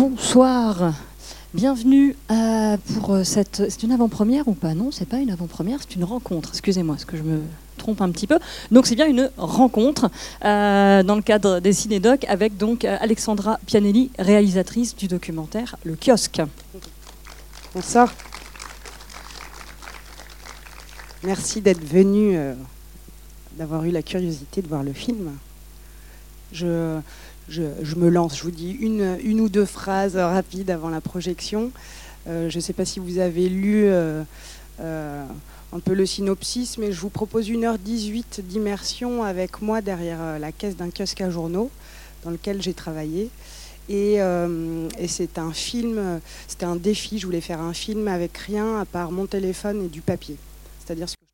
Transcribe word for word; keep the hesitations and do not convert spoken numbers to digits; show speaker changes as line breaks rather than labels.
Bonsoir, bienvenue euh, pour cette... C'est une avant-première ou pas? Non, c'est pas une avant-première, c'est une rencontre. Excusez-moi, est-ce que je me trompe un petit peu? Donc c'est bien une rencontre euh, dans le cadre des Cinédocs avec donc Alexandra Pianelli, réalisatrice du documentaire Le Kiosque.
Bonsoir. Merci d'être venu, euh, d'avoir eu la curiosité de voir le film. Je... Je, je me lance, je vous dis une, une ou deux phrases rapides avant la projection. Euh, je ne sais pas si vous avez lu euh, euh, un peu le synopsis, mais je vous propose une heure dix-huit d'immersion avec moi derrière la caisse d'un kiosque à journaux dans lequel j'ai travaillé. Et, euh, et c'est un film, c'était un défi, je voulais faire un film avec rien à part mon téléphone et du papier. C'est-à-dire ce que